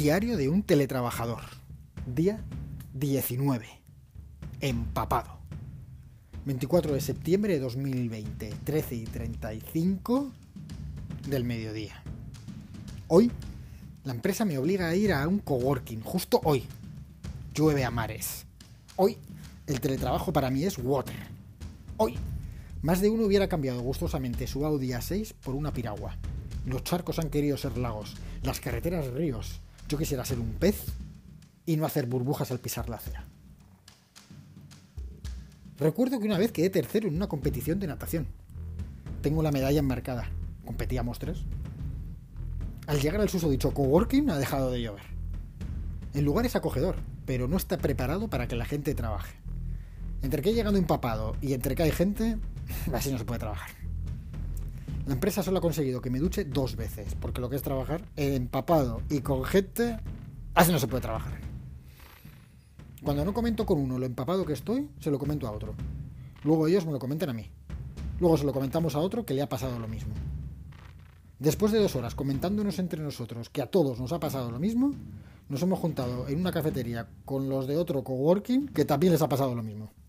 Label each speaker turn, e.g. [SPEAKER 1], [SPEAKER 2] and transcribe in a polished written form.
[SPEAKER 1] Diario de un teletrabajador. Día 19. Empapado. 24 de septiembre de 2020, 13:35 del mediodía. Hoy, la empresa me obliga a ir a un coworking. Justo hoy. Llueve a mares. Hoy, el teletrabajo para mí es water. Hoy, más de uno hubiera cambiado gustosamente su Audi A6 por una piragua. Los charcos han querido ser lagos, las carreteras ríos. Yo quisiera ser un pez y no hacer burbujas al pisar la acera. Recuerdo que una vez quedé tercero en una competición de natación. Tengo la medalla enmarcada. Competíamos 3. Al llegar al susodicho coworking ha dejado de llover. El lugar es acogedor, pero no está preparado para que la gente trabaje. Entre que he llegado empapado y entre que hay gente, así no se puede trabajar. La empresa solo ha conseguido que me duche 2 veces, porque lo que es trabajar empapado y con gente, así no se puede trabajar. Cuando no comento con uno lo empapado que estoy, se lo comento a otro. Luego ellos me lo comentan a mí. Luego se lo comentamos a otro que le ha pasado lo mismo. Después de 2 horas comentándonos entre nosotros que a todos nos ha pasado lo mismo, nos hemos juntado en una cafetería con los de otro coworking que también les ha pasado lo mismo.